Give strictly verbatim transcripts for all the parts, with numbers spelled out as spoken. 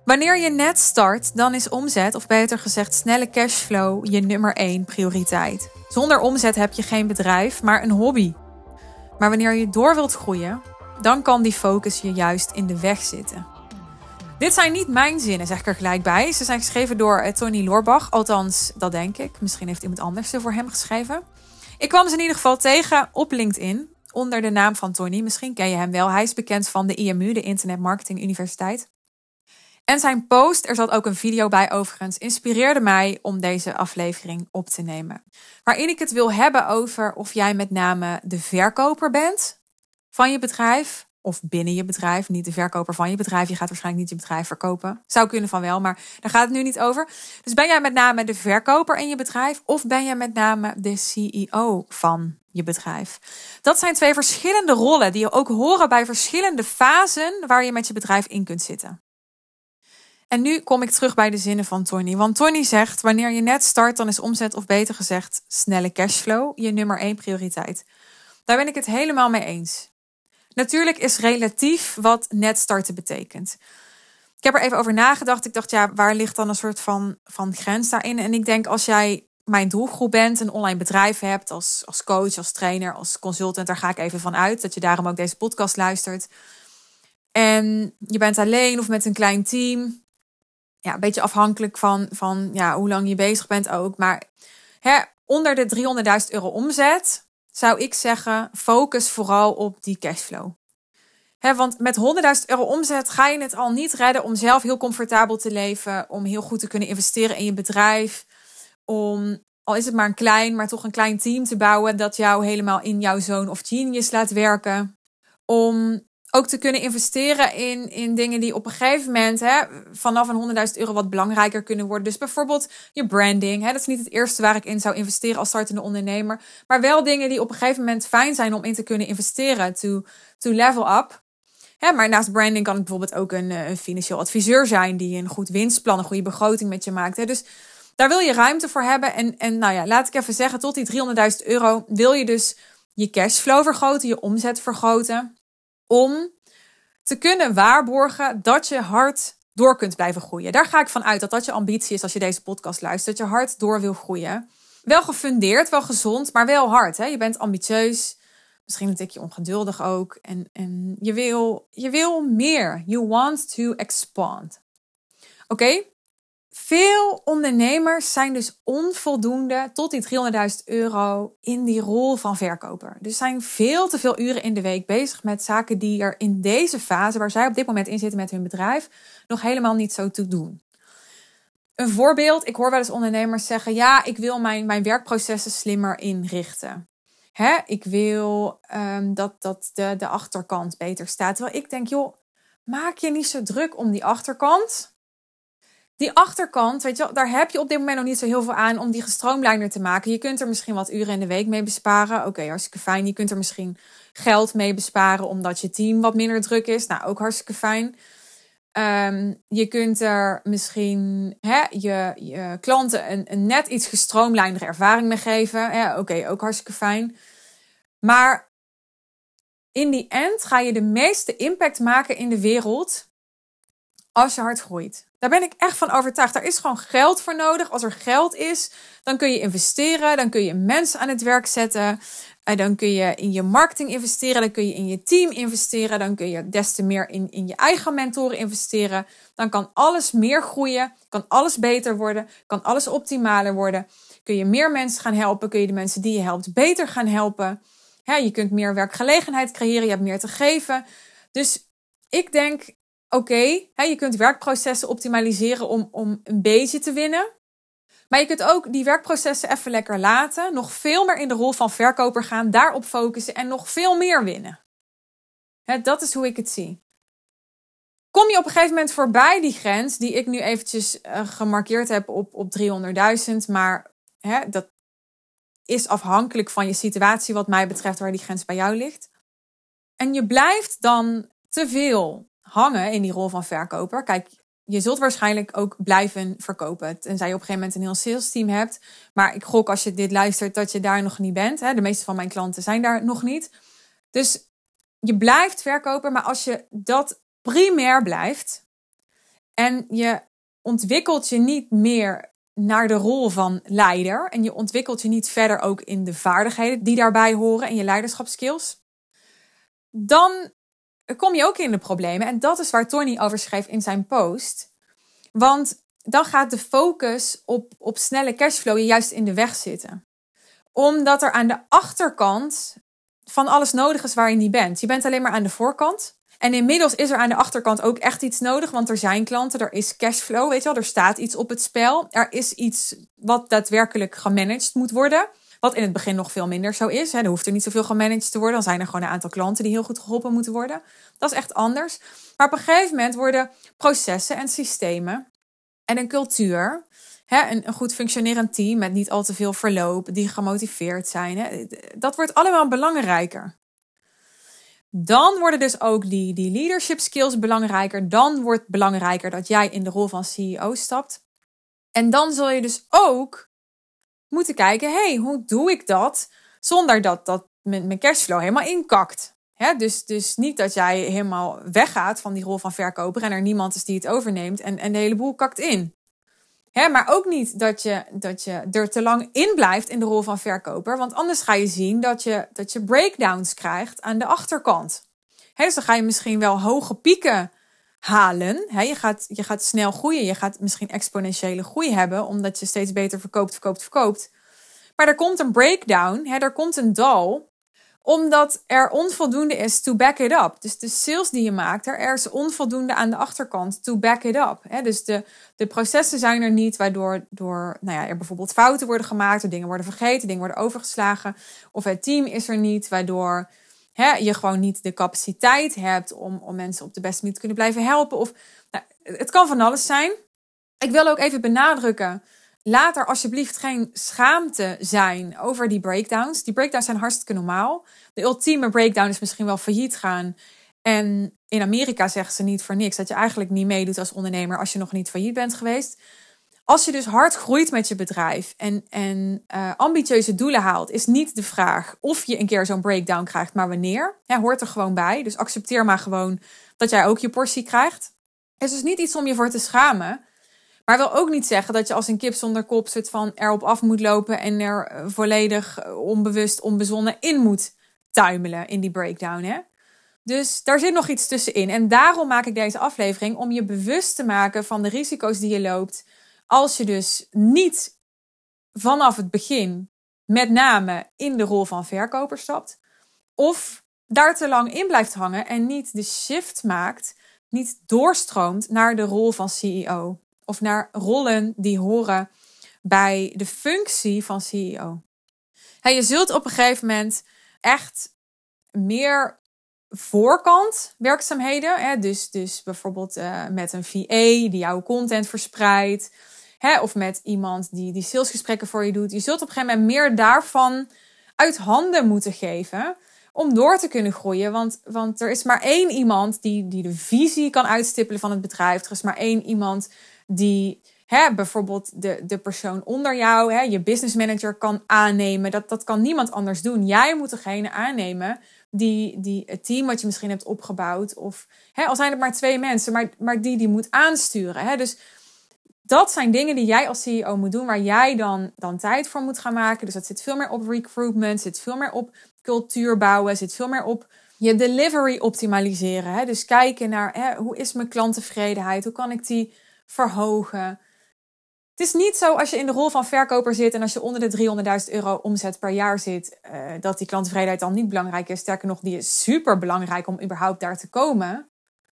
Wanneer je net start, dan is omzet, of beter gezegd snelle cashflow, je nummer één prioriteit. Zonder omzet heb je geen bedrijf, maar een hobby. Maar wanneer je door wilt groeien, dan kan die focus je juist in de weg zitten. Dit zijn niet mijn zinnen, zeg ik er gelijk bij. Ze zijn geschreven door Tony Loorbach, althans dat denk ik. Misschien heeft iemand anders ze voor hem geschreven. Ik kwam ze in ieder geval tegen op LinkedIn, onder de naam van Tony. Misschien ken je hem wel. Hij is bekend van de I M U, de Internet Marketing Universiteit. En zijn post, er zat ook een video bij overigens, inspireerde mij om deze aflevering op te nemen. Waarin ik het wil hebben over of jij met name de verkoper bent van je bedrijf. Of binnen je bedrijf, niet de verkoper van je bedrijf. Je gaat waarschijnlijk niet je bedrijf verkopen. Zou kunnen van wel, maar daar gaat het nu niet over. Dus ben jij met name de verkoper in je bedrijf? Of ben jij met name de C E O van je bedrijf? Dat zijn twee verschillende rollen die ook horen bij verschillende fasen waar je met je bedrijf in kunt zitten. En nu kom ik terug bij de zinnen van Tony. Want Tony zegt, wanneer je net start, dan is omzet, of beter gezegd, snelle cashflow je nummer één prioriteit. Daar ben ik het helemaal mee eens. Natuurlijk is relatief wat net starten betekent. Ik heb er even over nagedacht. Ik dacht, ja, waar ligt dan een soort van, van grens daarin? En ik denk, als jij mijn doelgroep bent, een online bedrijf hebt, als, als coach, als trainer, als consultant, daar ga ik even van uit, dat je daarom ook deze podcast luistert. En je bent alleen of met een klein team. Ja, een beetje afhankelijk van, van ja, hoe lang je bezig bent ook. Maar hè, onder de driehonderdduizend euro omzet zou ik zeggen, focus vooral op die cashflow. Hè, want met honderdduizend euro omzet ga je het al niet redden om zelf heel comfortabel te leven. Om heel goed te kunnen investeren in je bedrijf. Om, al is het maar een klein, maar toch een klein team te bouwen dat jou helemaal in jouw zone of genius laat werken. Om ook te kunnen investeren in, in dingen die op een gegeven moment hè, vanaf een honderdduizend euro wat belangrijker kunnen worden. Dus bijvoorbeeld je branding. Hè, dat is niet het eerste waar ik in zou investeren als startende ondernemer. Maar wel dingen die op een gegeven moment fijn zijn om in te kunnen investeren. To, to level up. Hè, maar naast branding kan het bijvoorbeeld ook een, een financieel adviseur zijn die een goed winstplan, een goede begroting met je maakt. Hè. Dus daar wil je ruimte voor hebben. En, en nou ja, laat ik even zeggen, tot die driehonderdduizend euro wil je dus je cashflow vergroten, je omzet vergroten. Om te kunnen waarborgen dat je hard door kunt blijven groeien. Daar ga ik van uit dat dat je ambitie is als je deze podcast luistert. Dat je hard door wil groeien. Wel gefundeerd, wel gezond, maar wel hard. Hè? Je bent ambitieus. Misschien een tikje ongeduldig ook. En, en je, wil, je wil meer. You want to expand. Oké? Okay? Veel ondernemers zijn dus onvoldoende tot die driehonderdduizend euro in die rol van verkoper. Dus zijn veel te veel uren in de week bezig met zaken die er in deze fase, waar zij op dit moment in zitten met hun bedrijf, nog helemaal niet zo toe doen. Een voorbeeld, ik hoor wel eens ondernemers zeggen, ja, ik wil mijn, mijn werkprocessen slimmer inrichten. Hè, ik wil um, dat, dat de, de achterkant beter staat. Terwijl ik denk, joh, maak je niet zo druk om die achterkant. Die achterkant, weet je wel, daar heb je op dit moment nog niet zo heel veel aan om die gestroomlijnder te maken. Je kunt er misschien wat uren in de week mee besparen. Oké, okay, hartstikke fijn. Je kunt er misschien geld mee besparen omdat je team wat minder druk is. Nou, ook hartstikke fijn. Um, je kunt er misschien hè, je, je klanten een, een net iets gestroomlijndere ervaring mee geven. Ja, Oké, okay, ook hartstikke fijn. Maar in die end ga je de meeste impact maken in de wereld als je hard groeit. Daar ben ik echt van overtuigd. Daar is gewoon geld voor nodig. Als er geld is, dan kun je investeren. Dan kun je mensen aan het werk zetten. Dan kun je in je marketing investeren. Dan kun je in je team investeren. Dan kun je des te meer in, in je eigen mentoren investeren. Dan kan alles meer groeien. Kan alles beter worden. Kan alles optimaler worden. Kun je meer mensen gaan helpen. Kun je de mensen die je helpt beter gaan helpen. Ja, je kunt meer werkgelegenheid creëren. Je hebt meer te geven. Dus ik denk, oké, okay, je kunt werkprocessen optimaliseren om, om een beetje te winnen. Maar je kunt ook die werkprocessen even lekker laten. Nog veel meer in de rol van verkoper gaan. Daarop focussen en nog veel meer winnen. He, dat is hoe ik het zie. Kom je op een gegeven moment voorbij die grens. Die ik nu eventjes uh, gemarkeerd heb op, op driehonderdduizend. Maar he, dat is afhankelijk van je situatie wat mij betreft waar die grens bij jou ligt. En je blijft dan te veel hangen in die rol van verkoper. Kijk, je zult waarschijnlijk ook blijven verkopen. Tenzij je op een gegeven moment een heel sales team hebt. Maar ik gok als je dit luistert dat je daar nog niet bent. Hè? De meeste van mijn klanten zijn daar nog niet. Dus je blijft verkopen. Maar als je dat primair blijft. En je ontwikkelt je niet meer naar de rol van leider. En je ontwikkelt je niet verder ook in de vaardigheden die daarbij horen en je leiderschapskills. Dan kom je ook in de problemen. En dat is waar Tony over schreef in zijn post. Want dan gaat de focus op, op snelle cashflow je juist in de weg zitten. Omdat er aan de achterkant van alles nodig is waar je niet bent. Je bent alleen maar aan de voorkant. En inmiddels is er aan de achterkant ook echt iets nodig. Want er zijn klanten, er is cashflow, weet je wel. Er staat iets op het spel. Er is iets wat daadwerkelijk gemanaged moet worden. Wat in het begin nog veel minder zo is. Hè. Er hoeft er niet zoveel gemanaged te worden. Dan zijn er gewoon een aantal klanten die heel goed geholpen moeten worden. Dat is echt anders. Maar op een gegeven moment worden processen en systemen en een cultuur, hè, een, een goed functionerend team met niet al te veel verloop, die gemotiveerd zijn, hè, dat wordt allemaal belangrijker. Dan worden dus ook die, die leadership skills belangrijker. Dan wordt belangrijker dat jij in de rol van C E O stapt. En dan zul je dus ook moeten kijken, hey, hoe doe ik dat zonder dat, dat mijn, mijn cashflow helemaal inkakt? Hè, dus, dus niet dat jij helemaal weggaat van die rol van verkoper en er niemand is die het overneemt en, en de hele boel kakt in. Hè, maar ook niet dat je, dat je er te lang in blijft in de rol van verkoper, want anders ga je zien dat je, dat je breakdowns krijgt aan de achterkant. Hè, dus dan ga je misschien wel hoge pieken halen. Hè, je, gaat, je gaat snel groeien, je gaat misschien exponentiële groei hebben, omdat je steeds beter verkoopt, verkoopt, verkoopt. Maar er komt een breakdown, hè, er komt een dal, omdat er onvoldoende is to back it up. Dus de sales die je maakt, er is onvoldoende aan de achterkant to back it up. Dus de, de processen zijn er niet, waardoor door, nou ja, er bijvoorbeeld fouten worden gemaakt, er dingen worden vergeten, dingen worden overgeslagen. Of het team is er niet, waardoor hè, je gewoon niet de capaciteit hebt om, om mensen op de beste manier te kunnen blijven helpen. Of, nou, het kan van alles zijn. Ik wil ook even benadrukken, laat er alsjeblieft geen schaamte zijn over die breakdowns. Die breakdowns zijn hartstikke normaal. De ultieme breakdown is misschien wel failliet gaan. En in Amerika zeggen ze niet voor niks dat je eigenlijk niet meedoet als ondernemer als je nog niet failliet bent geweest. Als je dus hard groeit met je bedrijf en, en uh, ambitieuze doelen haalt, is niet de vraag of je een keer zo'n breakdown krijgt, maar wanneer. Ja, hoort er gewoon bij. Dus accepteer maar gewoon dat jij ook je portie krijgt. Het is dus niet iets om je voor te schamen. Maar wil ook niet zeggen dat je als een kip zonder kop zit van erop af moet lopen en er volledig onbewust, onbezonnen in moet tuimelen in die breakdown. Hè? Dus daar zit nog iets tussenin. En daarom maak ik deze aflevering om je bewust te maken van de risico's die je loopt als je dus niet vanaf het begin met name in de rol van verkoper stapt. Of daar te lang in blijft hangen en niet de shift maakt, niet doorstroomt naar de rol van C E O. Of naar rollen die horen bij de functie van C E O. Hey, je zult op een gegeven moment echt meer voorkant werkzaamheden. Hè? Dus, dus bijvoorbeeld uh, met een V A die jouw content verspreidt. Hè? Of met iemand die, die salesgesprekken voor je doet. Je zult op een gegeven moment meer daarvan uit handen moeten geven om door te kunnen groeien. Want, want er is maar één iemand die, die de visie kan uitstippelen van het bedrijf. Er is maar één iemand die hè, bijvoorbeeld de, de persoon onder jou, hè, je business manager kan aannemen. Dat, dat kan niemand anders doen. Jij moet degene aannemen die, die het team wat je misschien hebt opgebouwd. Of hè, al zijn het maar twee mensen, maar, maar die die moet aansturen. Hè. Dus dat zijn dingen die jij als C E O moet doen, waar jij dan, dan tijd voor moet gaan maken. Dus dat zit veel meer op recruitment, zit veel meer op cultuur bouwen, zit veel meer op je delivery optimaliseren. Hè. Dus kijken naar hè, hoe is mijn klanttevredenheid, hoe kan ik die verhogen. Het is niet zo als je in de rol van verkoper zit en als je onder de driehonderdduizend euro omzet per jaar zit, uh, dat die klanttevredenheid dan niet belangrijk is. Sterker nog, die is super belangrijk om überhaupt daar te komen.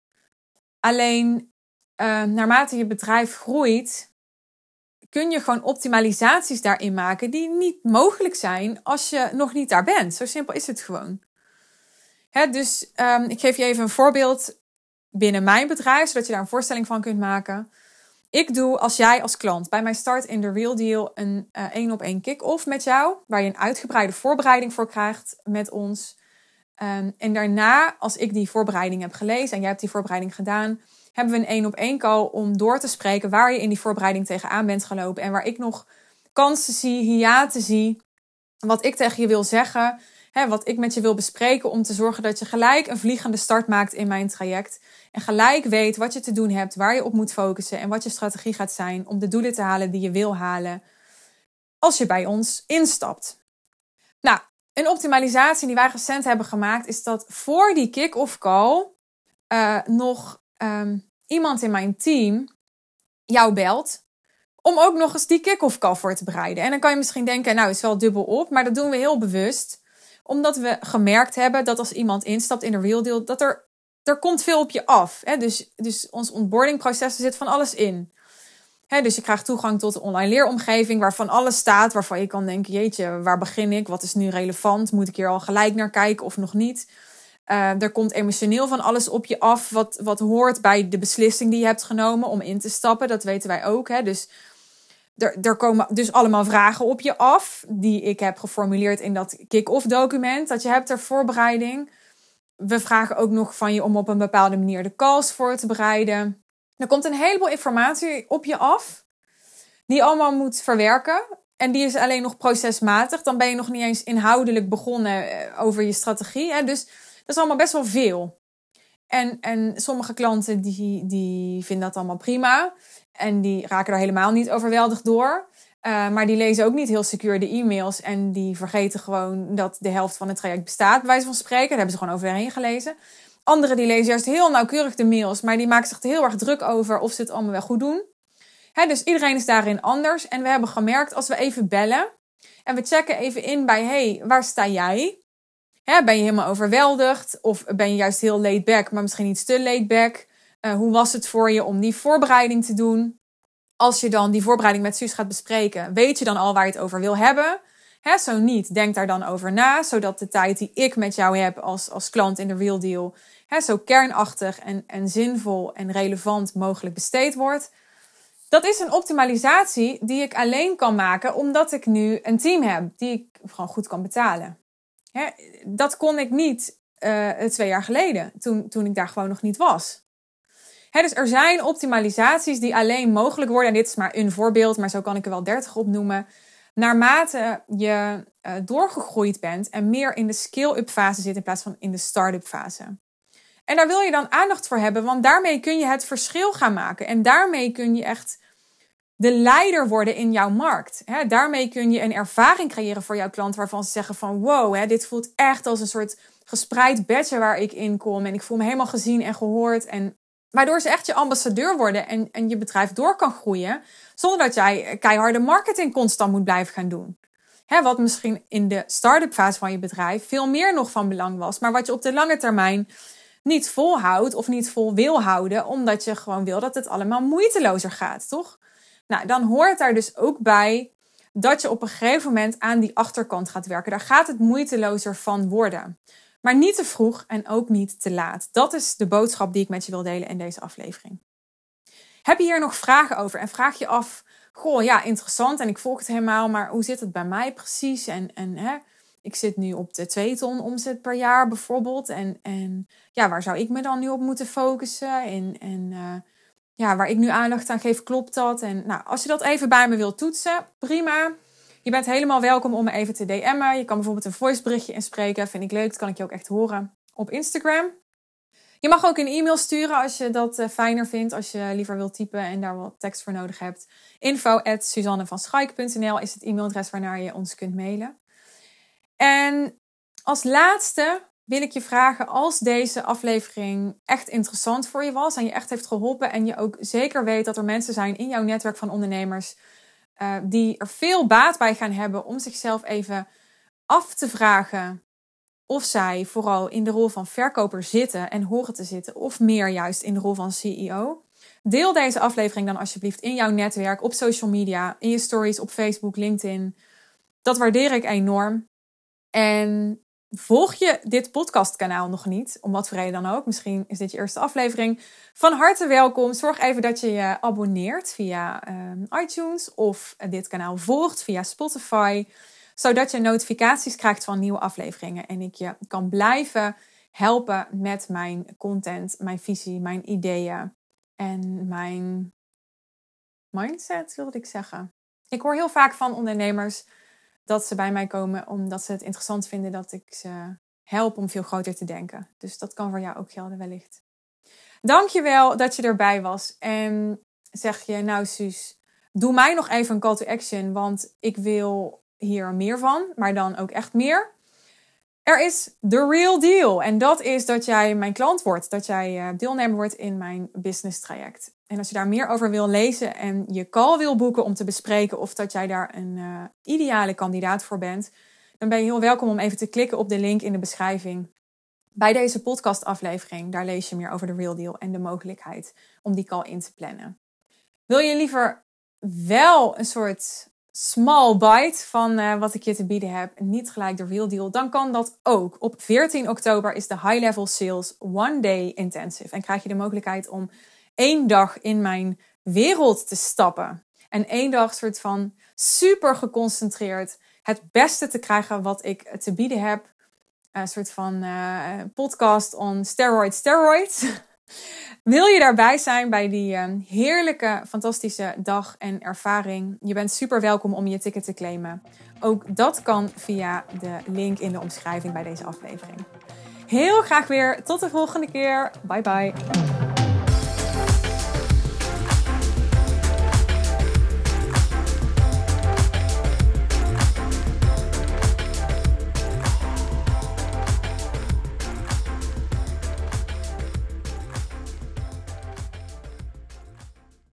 Alleen, uh, naarmate je bedrijf groeit, kun je gewoon optimalisaties daarin maken die niet mogelijk zijn als je nog niet daar bent. Zo simpel is het gewoon. Hè, dus um, ik geef je even een voorbeeld binnen mijn bedrijf, zodat je daar een voorstelling van kunt maken. Ik doe als jij als klant bij mij start in The Real Deal een uh, één op één kick-off met jou, waar je een uitgebreide voorbereiding voor krijgt met ons. Um, en daarna, als ik die voorbereiding heb gelezen en jij hebt die voorbereiding gedaan, hebben we een één op één call om door te spreken waar je in die voorbereiding tegenaan bent gelopen en waar ik nog kansen zie, hiaten zie, wat ik tegen je wil zeggen. hè, wat ik met je wil bespreken om te zorgen dat je gelijk een vliegende start maakt in mijn traject. En gelijk weet wat je te doen hebt, waar je op moet focussen en wat je strategie gaat zijn om de doelen te halen die je wil halen als je bij ons instapt. Nou, een optimalisatie die wij recent hebben gemaakt is dat voor die kick-off call uh, nog um, iemand in mijn team jou belt om ook nog eens die kick-off call voor te bereiden. En dan kan je misschien denken, nou is wel dubbel op, maar dat doen we heel bewust. Omdat we gemerkt hebben dat als iemand instapt in de Real Deal, dat er, er komt veel op je af. Hè? Dus, dus ons onboardingproces, er zit van alles in. Hè, dus je krijgt toegang tot een online leeromgeving waarvan alles staat, waarvan je kan denken, jeetje, waar begin ik? Wat is nu relevant? Moet ik hier al gelijk naar kijken of nog niet? Uh, er komt emotioneel van alles op je af wat, wat hoort bij de beslissing die je hebt genomen om in te stappen. Dat weten wij ook. Hè? Dus er, er komen dus allemaal vragen op je af die ik heb geformuleerd in dat kick-off document dat je hebt ter voorbereiding. We vragen ook nog van je om op een bepaalde manier de calls voor te bereiden. Er komt een heleboel informatie op je af die je allemaal moet verwerken. En die is alleen nog procesmatig. Dan ben je nog niet eens inhoudelijk begonnen over je strategie. Hè? Dus dat is allemaal best wel veel. En, en sommige klanten die, die vinden dat allemaal prima. En die raken er helemaal niet overweldigd door. Uh, maar die lezen ook niet heel secuur de e-mails. En die vergeten gewoon dat de helft van het traject bestaat, bij wijze van spreken. Daar hebben ze gewoon overheen gelezen. Anderen die lezen juist heel nauwkeurig de mails. Maar die maken zich er heel erg druk over of ze het allemaal wel goed doen. Hè, dus iedereen is daarin anders. En we hebben gemerkt, als we even bellen en we checken even in bij, hey, waar sta jij? Hè, ben je helemaal overweldigd? Of ben je juist heel laid back, maar misschien iets te laid back? Uh, hoe was het voor je om die voorbereiding te doen? Als je dan die voorbereiding met Suus gaat bespreken, weet je dan al waar je het over wil hebben? Hè, zo niet, denk daar dan over na, zodat de tijd die ik met jou heb als, als klant in de Real Deal, hè, zo kernachtig en, en zinvol en relevant mogelijk besteed wordt. Dat is een optimalisatie die ik alleen kan maken omdat ik nu een team heb die ik gewoon goed kan betalen. Hè, dat kon ik niet uh, twee jaar geleden, toen, toen ik daar gewoon nog niet was. Hè, dus er zijn optimalisaties die alleen mogelijk worden, en dit is maar een voorbeeld, maar zo kan ik er wel dertig opnoemen, naarmate je uh, doorgegroeid bent en meer in de scale-up fase zit in plaats van in de start-up fase. En daar wil je dan aandacht voor hebben, want daarmee kun je het verschil gaan maken. En daarmee kun je echt de leider worden in jouw markt. Hè, daarmee kun je een ervaring creëren voor jouw klant waarvan ze zeggen van wow, hè, dit voelt echt als een soort gespreid bedje waar ik in kom. En ik voel me helemaal gezien en gehoord. En waardoor ze echt je ambassadeur worden en, en je bedrijf door kan groeien. Zonder dat jij keiharde marketing constant moet blijven gaan doen. Hè, wat misschien in de start-up fase van je bedrijf veel meer nog van belang was. Maar wat je op de lange termijn niet volhoudt of niet vol wil houden. Omdat je gewoon wil dat het allemaal moeitelozer gaat, toch? Nou, dan hoort daar dus ook bij dat je op een gegeven moment aan die achterkant gaat werken. Daar gaat het moeitelozer van worden. Maar niet te vroeg en ook niet te laat. Dat is de boodschap die ik met je wil delen in deze aflevering. Heb je hier nog vragen over? En vraag je af, goh, ja, interessant en ik volg het helemaal, maar hoe zit het bij mij precies? En, en hè, ik zit nu op de twee ton omzet per jaar bijvoorbeeld. En, en ja, waar zou ik me dan nu op moeten focussen? En, en uh, ja, waar ik nu aandacht aan geef, klopt dat? En nou, als je dat even bij me wilt toetsen, prima. Je bent helemaal welkom om me even te D M'en. Je kan bijvoorbeeld een voiceberichtje inspreken. Vind ik leuk, dat kan ik je ook echt horen op Instagram. Je mag ook een e-mail sturen als je dat fijner vindt. Als je liever wilt typen en daar wat tekst voor nodig hebt. info at suzannevanschaik punt n l is het e-mailadres waarnaar je ons kunt mailen. En als laatste wil ik je vragen, als deze aflevering echt interessant voor je was en je echt heeft geholpen en je ook zeker weet dat er mensen zijn in jouw netwerk van ondernemers uh, die er veel baat bij gaan hebben om zichzelf even af te vragen of zij vooral in de rol van verkoper zitten en horen te zitten of meer juist in de rol van C E O. Deel deze aflevering dan alsjeblieft in jouw netwerk, op social media, in je stories, op Facebook, LinkedIn. Dat waardeer ik enorm. En volg je dit podcastkanaal nog niet, om wat voor reden dan ook, misschien is dit je eerste aflevering, van harte welkom. Zorg even dat je je abonneert via um, iTunes of dit kanaal volgt via Spotify, zodat je notificaties krijgt van nieuwe afleveringen en ik je kan blijven helpen met mijn content, mijn visie, mijn ideeën en mijn mindset, wilde ik zeggen. Ik hoor heel vaak van ondernemers dat ze bij mij komen omdat ze het interessant vinden dat ik ze help om veel groter te denken. Dus dat kan voor jou ook gelden wellicht. Dankjewel dat je erbij was. En zeg je, nou Suus, doe mij nog even een call to action, want ik wil hier meer van, maar dan ook echt meer. Er is the real deal. En dat is dat jij mijn klant wordt. Dat jij deelnemer wordt in mijn business traject. En als je daar meer over wil lezen en je call wil boeken om te bespreken of dat jij daar een uh, ideale kandidaat voor bent, dan ben je heel welkom om even te klikken op de link in de beschrijving bij deze podcastaflevering. Daar lees je meer over de real deal en de mogelijkheid om die call in te plannen. Wil je liever wel een soort small bite van uh, wat ik je te bieden heb en niet gelijk de real deal, dan kan dat ook. Op veertien oktober is de High Level Sales One Day Intensive en krijg je de mogelijkheid om één dag in mijn wereld te stappen. En één dag soort van super geconcentreerd het beste te krijgen wat ik te bieden heb. Een soort van uh, podcast on steroids, steroids. Wil je daarbij zijn bij die uh, heerlijke, fantastische dag en ervaring? Je bent super welkom om je ticket te claimen. Ook dat kan via de link in de omschrijving bij deze aflevering. Heel graag weer tot de volgende keer. Bye bye.